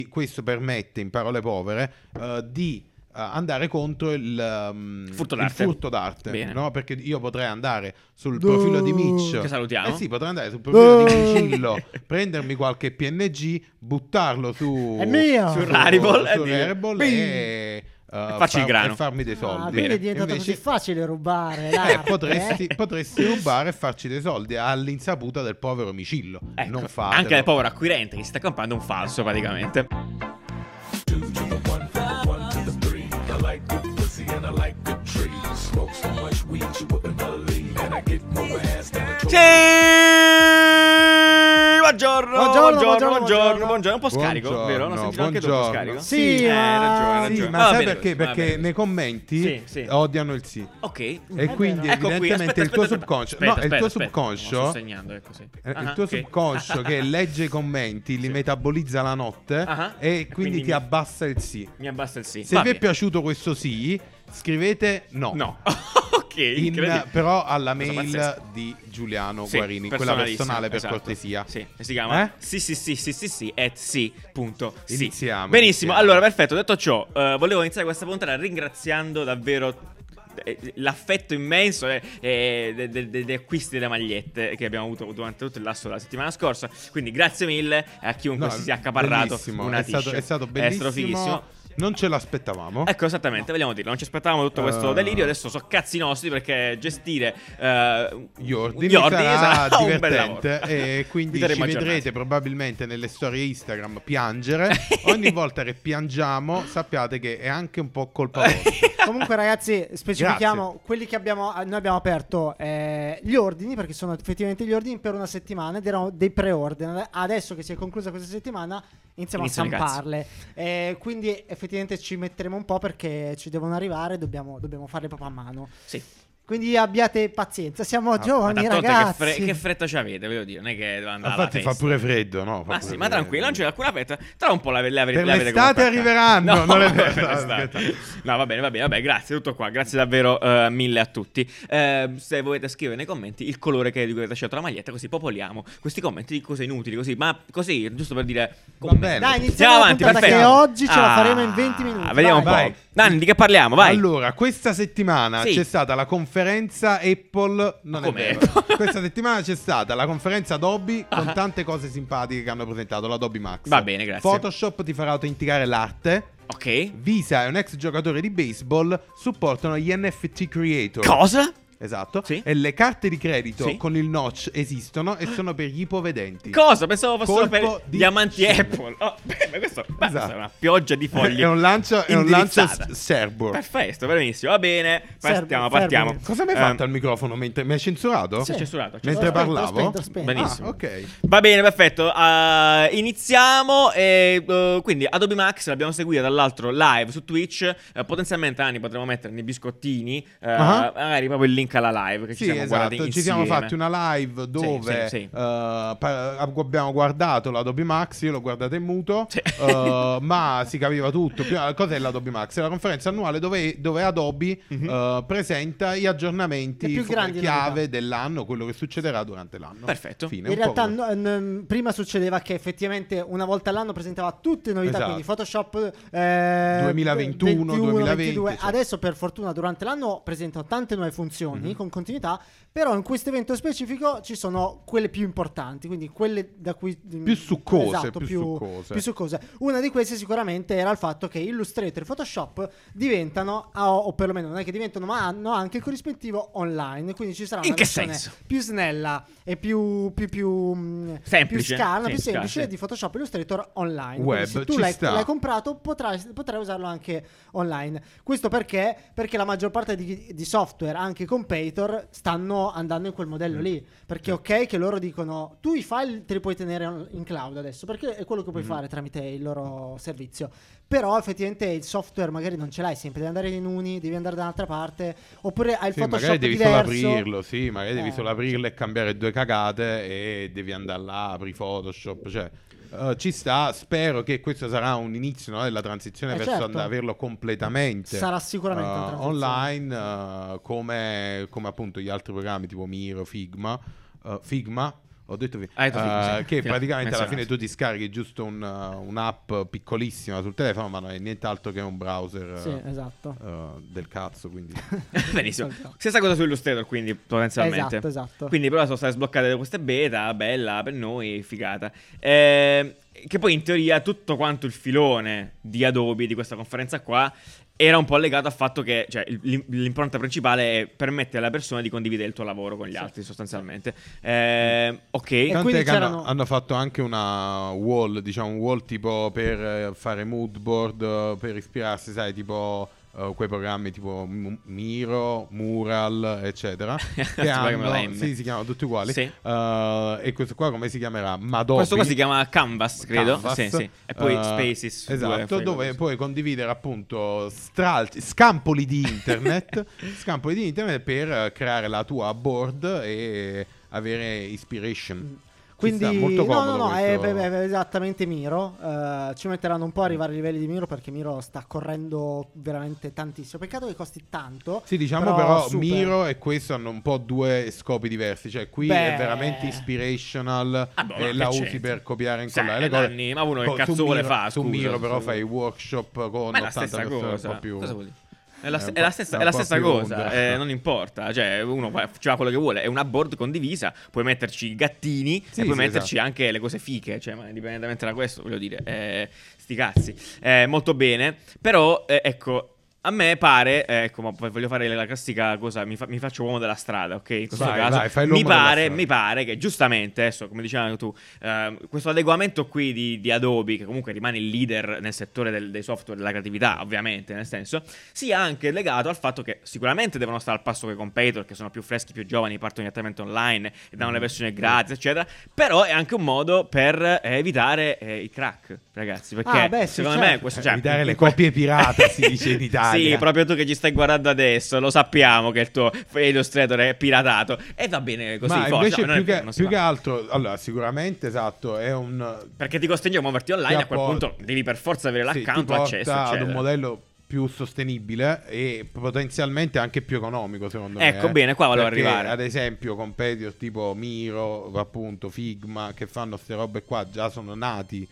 questo permette, in parole povere, di andare contro il furto d'arte, no? Perché io potrei andare sul profilo di Mitch, che salutiamo. sì, potrei andare sul profilo di Micillo, prendermi qualche PNG, buttarlo su Rarible e farmi dei soldi. Quindi è diventato così facile rubare potresti rubare e farci dei soldi all'insaputa del povero Micillo. Ecco, non fatelo. Anche del povero acquirente che si sta comprando un falso praticamente. Buongiorno. Un po' scarico, vero? L'ho sentito anche tu un po' scarico. Sì, ragione. Ma sai perché? Perché nei commenti odiano il sì. Ok. E quindi evidentemente il tuo subconscio, il tuo subconscio, il tuo subconscio che legge i commenti, li metabolizza la notte e quindi ti abbassa il sì. Mi abbassa il sì. Se vi è piaciuto questo sì, scrivete no. Ok, però alla mail di Giuliano Guarini, quella personale, per cortesia. Sì, si chiama sì Iniziamo. Benissimo, allora perfetto. Detto ciò, volevo iniziare questa puntata ringraziando davvero l'affetto immenso degli acquisti delle magliette che abbiamo avuto durante tutto il lasso della settimana scorsa. Quindi grazie mille a chiunque si sia accaparrato una t-shirt. È stato bellissimo. Non ce l'aspettavamo. Ecco, esattamente, vogliamo dirlo. Non ci aspettavamo tutto questo delirio. Adesso so cazzi nostri, perché gestire gli ordini sarà divertente. E quindi ci vedrete probabilmente nelle storie Instagram piangere. Ogni volta che piangiamo, sappiate che è anche un po' colpa vostra. Comunque, ragazzi, specifichiamo quelli che noi abbiamo aperto gli ordini, perché sono effettivamente gli ordini per una settimana ed erano dei pre-order. Adesso che si è conclusa questa settimana iniziamo a stamparle. Quindi effettivamente ci metteremo un po', perché ci devono arrivare, dobbiamo farle proprio a mano. Sì. Quindi abbiate pazienza, siamo giovani, ragazzi. Che fretta ci avete, voglio dire, non è che deve andare. Infatti fa pure freddo, no? Ma tranquillo, non c'è alcuna fretta. Tra un po' la per l'estate arriveranno. No, non è vero. No, va bene, grazie, tutto qua. Grazie davvero mille a tutti. Se volete scrivere nei commenti il colore di cui avete scelto la maglietta, così popoliamo questi commenti di cose inutili, così, ma così, giusto per dire. Va bene. Dai, iniziamo avanti, che oggi ce la faremo in 20 minuti. Vediamo un po'. Nanni, di che parliamo? Vai. Allora, questa settimana c'è stata la conferenza Apple. Non è vero. Questa settimana c'è stata la conferenza Adobe con tante cose simpatiche che hanno presentato l'Adobe Max. Va bene, grazie. Photoshop ti farà autenticare l'arte. Ok. Visa e un ex giocatore di baseball supportano gli NFT creator. Cosa? Esatto. Sì. E le carte di credito con il notch esistono e sono per gli ipovedenti. Cosa? Pensavo fossero per gli amanti Apple. Questa è una pioggia di foglie. È un lancio serbo. Perfetto, benissimo. Va bene. Partiamo. Cosa mi hai fatto al microfono? Mi hai censurato? Sì, censurato. Mentre parlavo? Spento. Benissimo. Ok. Va bene, perfetto. Iniziamo. Quindi Adobe Max l'abbiamo seguita dall'altro live su Twitch. Potenzialmente Anni potremmo mettere nei biscottini. Magari proprio il link alla live che ci siamo guardati insieme. Ci siamo fatti una live dove abbiamo guardato l'Adobe Max. Io l'ho guardata in muto, ma si capiva tutto. Cos'è l'Adobe Max? È la conferenza annuale dove Adobe presenta gli aggiornamenti più grandi chiave dell'anno, quello che succederà durante l'anno. Perfetto. Fine, in realtà prima succedeva che effettivamente una volta all'anno presentava tutte le novità, quindi Photoshop 2021, 2022. Adesso per fortuna durante l'anno presentano tante nuove funzioni con continuità, però in questo evento specifico ci sono quelle più importanti, quindi quelle da cui più succose, più succose. Una di queste sicuramente era il fatto che Illustrator e Photoshop diventano, o perlomeno non è che diventano, ma hanno anche il corrispettivo online, quindi ci sarà una versione più snella e più semplice, più scarna, più semplice di Photoshop Illustrator online. Web, se tu l'hai comprato potrai usarlo anche online. Questo perché la maggior parte di software, anche competitor, stanno andando in quel modello lì, perché ok che loro dicono tu i file te li puoi tenere in cloud adesso, perché è quello che puoi fare tramite il loro servizio, però effettivamente il software magari non ce l'hai sempre, devi andare in Uni, devi andare da un'altra parte, oppure hai il Photoshop magari devi diverso. solo aprirlo, magari devi solo aprirlo e cambiare due cagate e devi andare là, apri Photoshop, cioè ci sta. Spero che questo sarà un inizio della transizione verso averlo completamente, sarà sicuramente online, come appunto gli altri programmi tipo Miro, Figma, Ho detto Figma, sì. che praticamente alla Menzionato. fine tu ti scarichi giusto un'app piccolissima sul telefono, ma non è nient'altro che un browser Sì, esatto. del cazzo, quindi Benissimo. Stessa cosa su Illustrator, quindi potenzialmente. Esatto. Quindi però sono state sbloccate queste beta, bella per noi, figata. Che poi in teoria tutto quanto il filone di Adobe di questa conferenza qua era un po' legato al fatto che, cioè, l'impronta principale è permettere alla persona di condividere il tuo lavoro con gli altri, sostanzialmente. Ok. E tant'è quindi che hanno fatto anche una wall, diciamo un wall tipo per fare mood board, per ispirarsi, sai, tipo quei programmi tipo Miro, Mural, eccetera. Che hanno, sì, si chiamano tutti uguali. Sì. E questo qua come si chiamerà? Madobi. Questo qua si chiama Canvas, credo. Canvas. Sì. E poi Spaces. Esatto, dove puoi condividere appunto scampoli di internet per creare la tua board e avere inspiration. Quindi molto comodo no, è questo. esattamente Miro. Ci metteranno un po' a arrivare ai livelli di Miro, perché Miro sta correndo veramente tantissimo. Peccato che costi tanto. Sì, diciamo però super. Miro e questo hanno un po' due scopi diversi. Cioè qui è veramente inspirational e la usi per copiare e incollare le cose. Ma uno che cazzo vuole fare? Su Miro però fai workshop con 80 persone un po' più. Cosa vuol dire? È la stessa cosa, non importa, cioè uno fa quello che vuole, è una board condivisa, puoi metterci i gattini e puoi metterci anche le cose fiche, cioè ma indipendentemente da questo, voglio dire, sti cazzi, molto bene, però ecco, a me pare, ecco, ma voglio fare la classica cosa, mi faccio uomo della strada, ok? In questo caso fai mi pare che giustamente, adesso come dicevi tu, questo adeguamento qui di Adobe, che comunque rimane il leader nel settore dei software della creatività, ovviamente, nel senso, sia anche legato al fatto che sicuramente devono stare al passo con i competitor, che sono più freschi, più giovani, partono direttamente online e danno le versioni gratis, eccetera, però è anche un modo per evitare i crack, ragazzi, perché secondo me questo, cioè, evitare le copie pirata, si dice in Italia. Sì, proprio tu che ci stai guardando adesso, lo sappiamo che il tuo Illustrator è piratato e va bene così. Ma invece no, più che altro, allora sicuramente esatto, è un... Perché ti costringe a muoverti online, a quel punto devi per forza avere l'account, l'accesso, eccetera. Ad un modello più sostenibile e potenzialmente anche più economico, secondo me. Ecco, bene, qua volevo arrivare. Ad esempio competitor tipo Miro, appunto Figma, che fanno queste robe qua, già sono nati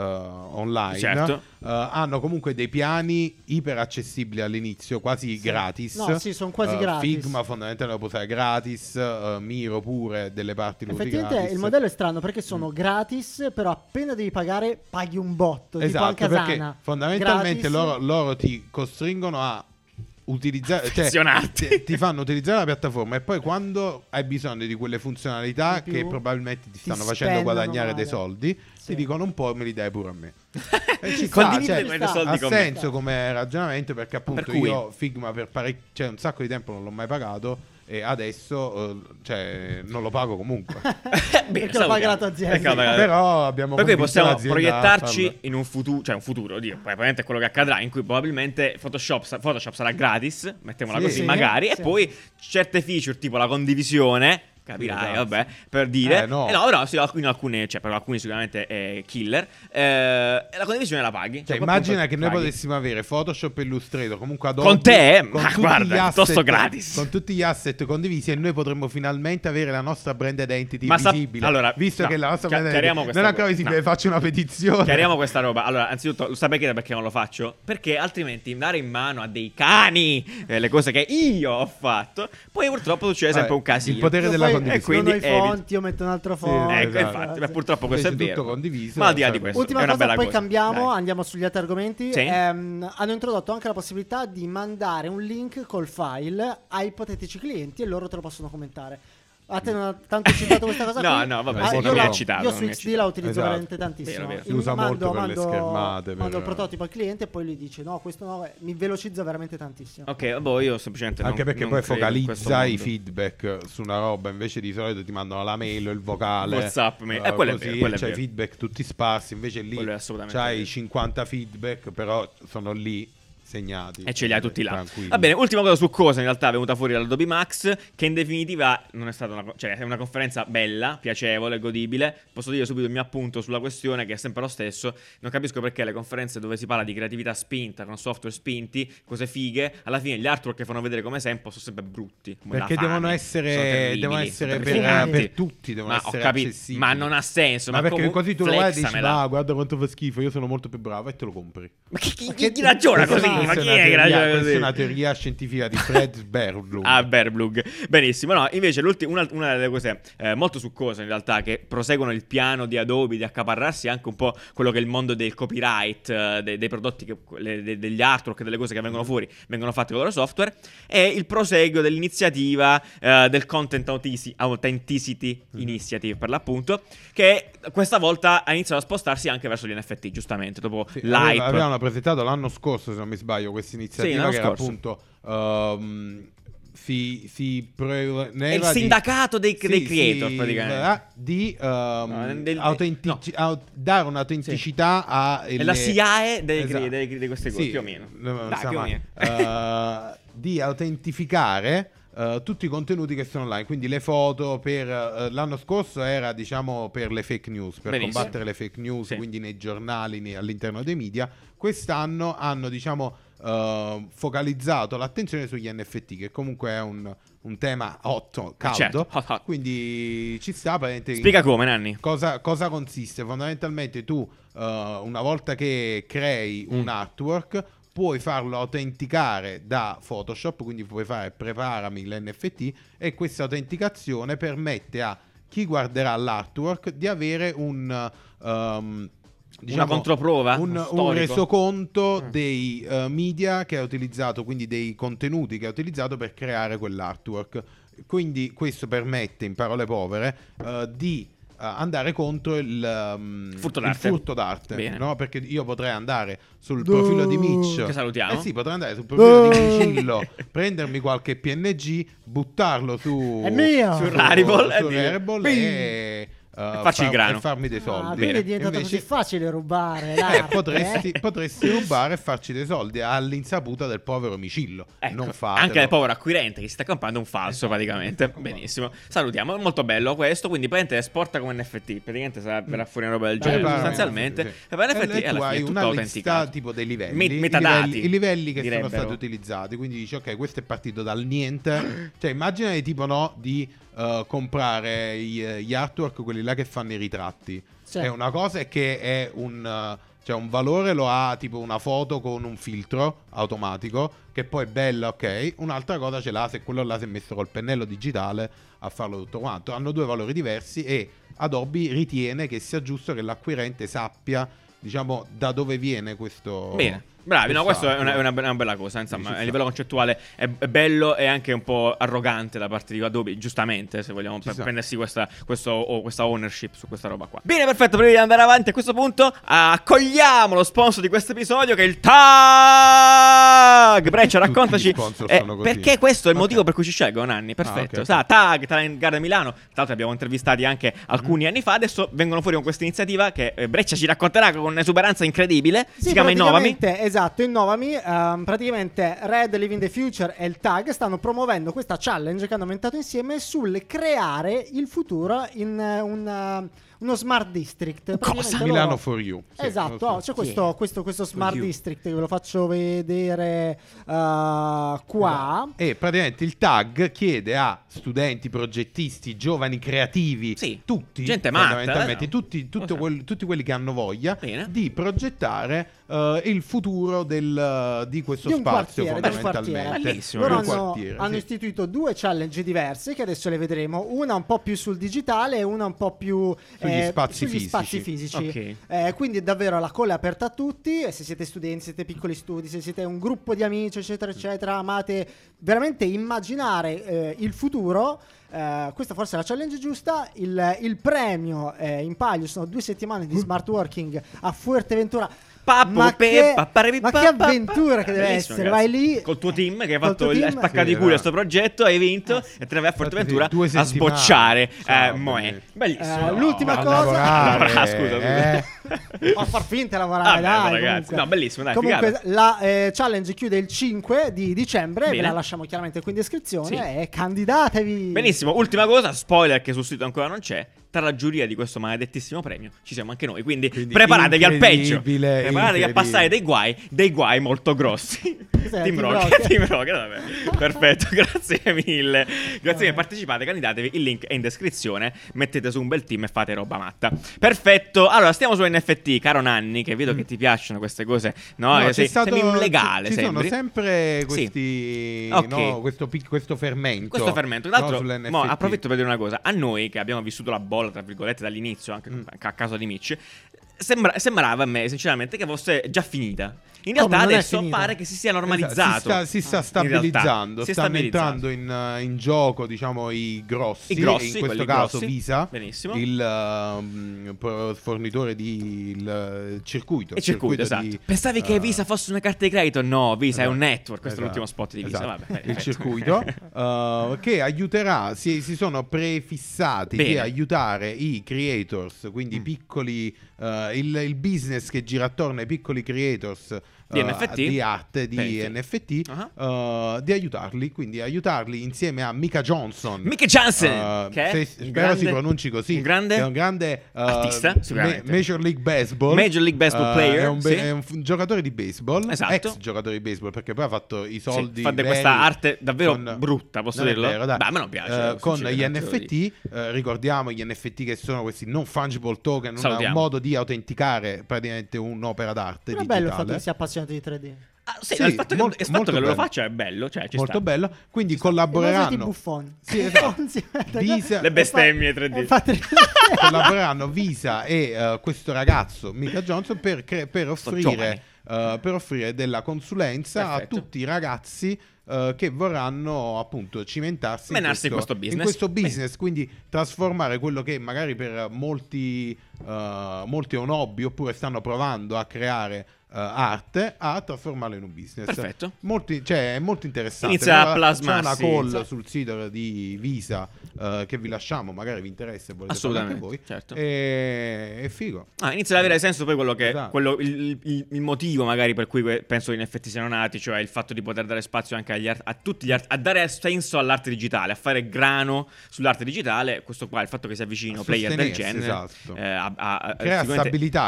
online, certo. Hanno comunque dei piani iper accessibili all'inizio, quasi gratis. No, sì, sono quasi gratis. Figma fondamentalmente lo puoi usare gratis, Miro pure delle parti lo usi effettivamente gratis. Il modello è strano perché sono gratis, però appena devi pagare paghi un botto, esatto, tipo anche Asana. Perché fondamentalmente loro ti costringono a utilizzare, cioè ti fanno utilizzare la piattaforma e poi quando hai bisogno di quelle funzionalità che probabilmente ti stanno facendo guadagnare dei soldi, ti dicono un po' me li dai pure a me. Ha senso come ragionamento, perché appunto io Figma per cioè un sacco di tempo non l'ho mai pagato e adesso cioè non lo pago comunque. Perché lo paga la tua azienda. Però abbiamo, per cui possiamo proiettarci in un futuro, cioè un futuro, poi probabilmente è quello che accadrà, in cui probabilmente Photoshop sarà gratis, mettiamola così, magari, e poi certe feature tipo la condivisione, capirai, vabbè, per dire no. No, però sì, in alcune, cioè per alcuni sicuramente è killer, e la condivisione la paghi, cioè immagina che noi potessimo avere Photoshop e Illustrator comunque Adobe con te, con guarda, piuttosto gratis, con tutti gli asset condivisi, e noi potremmo finalmente avere la nostra brand identity visibile. Allora, visto che la nostra brand identity non è ancora visibile, faccio una petizione. Chiariamo questa roba. Allora, anzitutto, lo sapete perché non lo faccio? Perché altrimenti dare in mano a dei cani le cose che io ho fatto, poi purtroppo succede sempre un casino. Il potere della quindi i fonti, io metto un altro fonte. Ecco, infatti, ma purtroppo questo è vero. Condiviso, ma al di là di questo, ultima è una cosa, bella poi cosa. cambiamo, andiamo sugli altri argomenti. Sì. Hanno introdotto anche la possibilità di mandare un link col file a ipotetici clienti e loro te lo possono commentare. A te non ha tanto citato questa cosa? No, vabbè, non mi ha citato. Io su XD la utilizzo veramente tantissimo. Si usa molto per le schermate. Mando il prototipo al cliente e poi lui dice no, questo no, mi velocizza veramente tantissimo. Ok, io semplicemente anche perché poi focalizza i feedback su una roba, invece di solito ti mandano la mail o il vocale, WhatsApp, quello così, è vero, c'hai feedback tutti sparsi, invece lì c'hai 50 feedback, però sono lì segnati e ce li hai tutti là. Tranquilli. Va bene, ultima cosa su cosa in realtà è venuta fuori dall'Adobe Max, che in definitiva non è stata è una conferenza bella, piacevole, godibile. Posso dire subito il mio appunto sulla questione, che è sempre lo stesso. Non capisco perché le conferenze dove si parla di creatività spinta con software spinti, cose fighe, alla fine gli artwork che fanno vedere come sempre sono sempre brutti, come perché devono essere per tutti, devono essere accessibili. Ma non ha senso. Ma perché così tu lo guardi e dici guarda quanto fa schifo, io sono molto più bravo, e te lo compri. Ma chi ragiona così? Ma chi è che ragiona così? Questa è una teoria scientifica di Fred Berblug. Berblug. Benissimo. No, invece una delle cose molto succose in realtà, che proseguono il piano di Adobe di accaparrarsi anche un po' quello che è il mondo del copyright, dei prodotti, degli artwork, delle cose che vengono fuori, vengono fatte con il loro software, è il proseguo dell'iniziativa del Content Authenticity Initiative, per l'appunto, che questa volta ha iniziato a spostarsi anche verso gli NFT, giustamente, dopo l'hype. Avevano presentato l'anno scorso, se non mi sbaglio, questa iniziativa che era appunto è il sindacato dei creator, praticamente, di dare un'autenticità è la SIAE di queste cose, più o meno. Di autentificare tutti i contenuti che sono online, quindi le foto l'anno scorso era, diciamo, per le fake news, per combattere le fake news, quindi nei giornali, all'interno dei media. Quest'anno hanno, diciamo, focalizzato l'attenzione sugli NFT, che comunque è un tema caldo, certo. Quindi ci sta. Spiega come, Nanni. Cosa consiste? Fondamentalmente tu, una volta che crei un artwork, puoi farlo autenticare da Photoshop, quindi puoi fare preparami l'NFT, e questa autenticazione permette a chi guarderà l'artwork di avere una controprova, un resoconto dei media che ha utilizzato, quindi dei contenuti che ha utilizzato per creare quell'artwork. Quindi questo permette, in parole povere, di andare contro il furto d'arte, no? Perché io potrei andare sul profilo di Mitch, che salutiamo. sì, potrei andare sul profilo di Micillo, prendermi qualche PNG, buttarlo su Rarible e facci il grano e farmi dei soldi. Quindi è diventato così facile rubare potresti rubare e farci dei soldi all'insaputa del povero Micillo. Non fatelo. Anche del povero acquirente che si sta comprando un falso, praticamente. Benissimo, salutiamo. Molto bello questo. Quindi praticamente esporta come NFT, praticamente verrà fuori una roba del genere sostanzialmente. E per NFT tu hai una lista tipo dei livelli, metadati, i livelli che sono stati utilizzati. Quindi dici ok, questo è partito dal niente. Cioè immagina di comprare gli artwork, quelli là che fanno i ritratti. È una cosa che è un valore, lo ha tipo una foto con un filtro automatico che poi è bella, ok. Un'altra cosa ce l'ha se quello là si è messo col pennello digitale a farlo tutto quanto. Hanno due valori diversi e Adobe ritiene che sia giusto che l'acquirente sappia, diciamo, da dove viene questo. Bene. Bravi, no, questo è una bella cosa. Insomma, a livello concettuale è bello e anche un po' arrogante da parte di Adobe, giustamente, se vogliamo prendersi questa ownership su questa roba qua. Bene, perfetto. Prima di andare avanti a questo punto, accogliamo lo sponsor di questo episodio, che è il TAG. Breccia, raccontaci perché questo è il motivo per cui ci scelgono, Nanni. Perfetto. TAG, Talent Garden Milano. Tra l'altro abbiamo intervistati anche alcuni anni fa. Adesso vengono fuori con questa iniziativa che Breccia ci racconterà con un'esuberanza incredibile. Si chiama Innovami. Esatto, Innovami, praticamente Red Living the Future e il TAG stanno promuovendo questa challenge che hanno inventato insieme sul creare il futuro in uno smart district. Cosa? Milano for you. Esatto, c'è questo smart district che ve lo faccio vedere qua. E praticamente il TAG chiede a studenti, progettisti, giovani creativi, tutti, gente matta, fondamentalmente tutti quelli che hanno voglia di progettare il futuro di questo spazio, fondamentalmente. Loro hanno istituito due challenge diverse che adesso le vedremo, una un po' più sul digitale e una un po' più sugli spazi fisici. Okay. Quindi davvero la call è aperta a tutti, e se siete studenti, siete piccoli studi, se siete un gruppo di amici, eccetera eccetera, amate veramente immaginare il futuro, questa forse è la challenge giusta. Il premio in palio sono 2 settimane di smart working a Fuerteventura. Ma che avventura che deve essere, vai lì col tuo team che hai fatto il spaccato di culo a sto progetto, hai vinto e te ne vai a Fuerteventura a sbocciare Moe. Bellissimo. L'ultima cosa, scusa. a far finta di lavorare, dai, ragazzi. comunque. No, bellissimo, dai, comunque figata. la challenge chiude il 5 di dicembre. Bene. Ve la lasciamo chiaramente qui in descrizione. Sì. E candidatevi. Benissimo, ultima cosa, spoiler che sul sito ancora non c'è. Tra la giuria di questo maledettissimo premio ci siamo anche noi, quindi preparatevi al peggio. Preparatevi a passare dei guai molto grossi. Team Rocket. Vabbè. Perfetto, grazie mille. Grazie che partecipate, candidatevi, il link è in descrizione. Mettete su un bel team e fate roba matta. Perfetto. Allora, stiamo su NFT, caro Nanni, che vedo che ti piacciono queste cose. No, sembri un legale, ci sono sempre questi sì. Okay. no, questo fermento. Questo fermento. Tra l'altro, no, approfitto per dire una cosa. A noi che abbiamo vissuto la bolla, tra virgolette, dall'inizio, anche a caso di Mitch, sembrava a me sinceramente che fosse già finita. In realtà adesso pare che si sia normalizzato. Esatto, si sta stabilizzando. Stanno entrando in gioco, diciamo, i grossi, e in questo caso grossi. Visa. Benissimo. Il fornitore di circuito. Il circuito, esatto. Pensavi che Visa fosse una carta di credito? No, Visa è un network. Questo è l'ultimo spot di Visa. Esatto. Vabbè, il circuito che aiuterà, si sono prefissati di aiutare i creators, quindi piccoli, il business che gira attorno ai piccoli creators di NFT? Di arte, di NFT, di aiutarli, quindi aiutarli insieme a Micah Johnson. Che spero si pronunci così. Che è un grande artista, Major League Baseball player. È un giocatore di baseball, esatto. Ex giocatore di baseball, perché poi ha fatto i soldi. Fa questa arte davvero brutta, posso dirlo? Vero, dai. Beh, a me non piace. Con gli NFT, ricordiamo gli NFT che sono questi non fungible token, un modo di autenticare praticamente un'opera d'arte digitale. È bello il fatto che sia appassionato di 3D. Il fatto che lo faccia è bello, cioè ci molto sta. bello. Quindi collaboreranno Visa, le bestemmie 3D. Collaboreranno Visa e questo ragazzo Micah Johnson per offrire della consulenza a tutti i ragazzi che vorranno appunto cimentarsi in questo business. Quindi trasformare quello che magari per molti è un hobby, oppure stanno provando a creare arte, a trasformarlo in un business. Perfetto. È molto interessante. Inizia a plasmarsi. C'è una call sul sito di Visa che vi lasciamo, magare vi interessa e volete fare anche voi. Certo. È figo. Inizia ad avere senso poi il motivo magari per cui penso che in effetti siano nati, cioè il fatto di poter dare spazio anche a tutti gli a dare senso all'arte digitale, a fare grano sull'arte digitale. Questo qua, il fatto che si avvicino player del genere, esatto. crea stabilità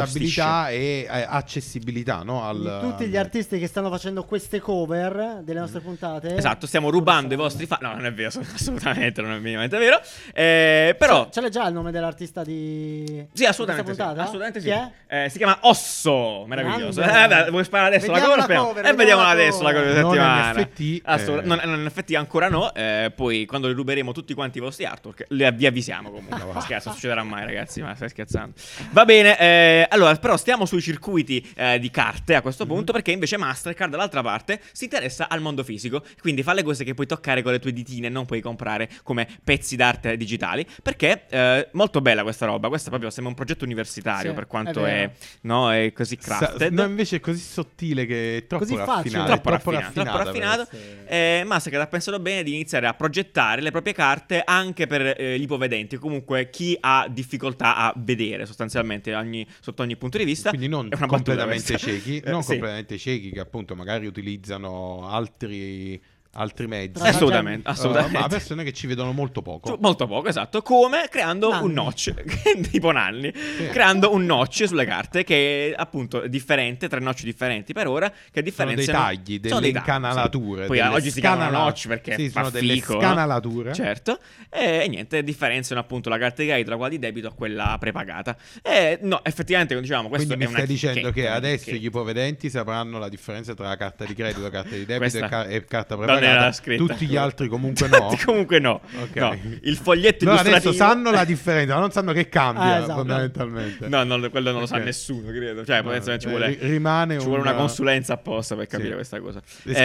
e accessibilità, no? Tutti gli artisti che stanno facendo queste cover delle nostre puntate. Esatto, stiamo rubando i vostri fan. No, non è vero, assolutamente non è minimamente vero. Però c'è già il nome dell'artista di sì, assolutamente questa puntata? Assolutamente sì. Chi è? Si chiama Osso, meraviglioso. Vuoi sparare adesso vediamo la cover? Vediamola adesso la cover settimana. Non NFT ancora no. Poi quando le ruberemo tutti quanti i vostri artwork vi avvisiamo comunque. Scherzo, non succederà mai, ragazzi, ma stai scherzando. Va bene, allora però stiamo sui circuiti di carte a questo punto, perché invece Mastercard dall'altra parte si interessa al mondo fisico, quindi fa le cose che puoi toccare con le tue ditine, non puoi comprare come pezzi d'arte digitali, perché molto bella questa roba. Questa proprio sembra un progetto universitario, sì, per quanto è così crafted. No, invece è così sottile che è troppo raffinato. Troppo raffinato. Mastercard ha pensato bene di iniziare a progettare le proprie carte anche per gli ipovedenti, comunque chi ha difficoltà a vedere sostanzialmente sotto ogni punto di vista. Quindi non completamente ciechi, completamente ciechi, che appunto magari utilizzano altri mezzi. Assolutamente. Ma persone che ci vedono molto poco. Molto poco, esatto. Come creando un notch, tipo Nanni, creando un notch sulle carte che è appunto differente, 3 notch differenti per ora, che differenziano. Sono dei tagli, delle incanalature. Sì. Poi oggi si chiamano notch perché sono delle scanalature. No? Certo. E niente, differenziano appunto la carta di credito, la quale di debito, a quella prepagata. No, effettivamente, diciamo, questo quindi è mi stai dicendo che adesso gli ipovedenti sapranno la differenza tra la carta di credito, la carta di debito e carta prepagata. Tutti gli altri comunque no. Comunque no. Okay. No. Il foglietto illustrativo. Adesso sanno la differenza, ma non sanno che cambia esatto. Fondamentalmente. No, quello non lo sa nessuno, credo. Cioè, ci vuole una consulenza apposta per capire questa cosa.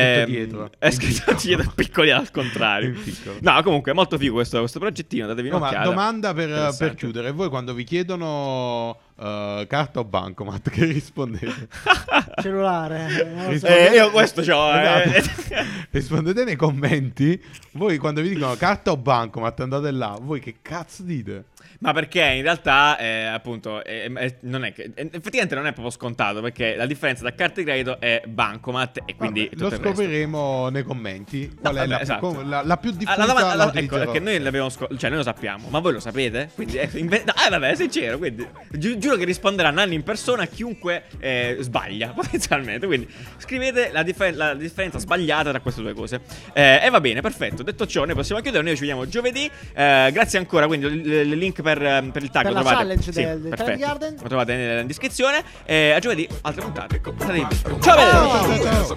È scritto dietro, piccoli al contrario. No, comunque è molto figo questo progettino, datevi un'occhiata. Ma domanda per chiudere, voi quando vi chiedono carta o bancomat, che rispondete? Cellulare. Io questo c'ho. Rispondete nei commenti. Voi quando vi dicono carta o bancomat, andate là. Voi che cazzo dite? Ma perché in realtà, appunto, non è che, effettivamente non è proprio scontato, perché la differenza tra carta di credito e bancomat e quindi lo scopriremo nei commenti. Qual è esatto. la più diffusa? Ecco, perché noi l'abbiamo cioè noi lo sappiamo, ma voi lo sapete? Quindi vabbè, sincero, quindi giuro che risponderanno Nanni in persona a chiunque sbaglia potenzialmente. Quindi scrivete la differenza sbagliata tra queste due cose. E va bene, perfetto. Detto ciò, noi possiamo chiudere. Noi ci vediamo giovedì. Grazie ancora. Quindi il link per il tag per lo la trovate, challenge del Garden lo trovate nella descrizione. A giovedì, altre puntate. Ciao! Ciao.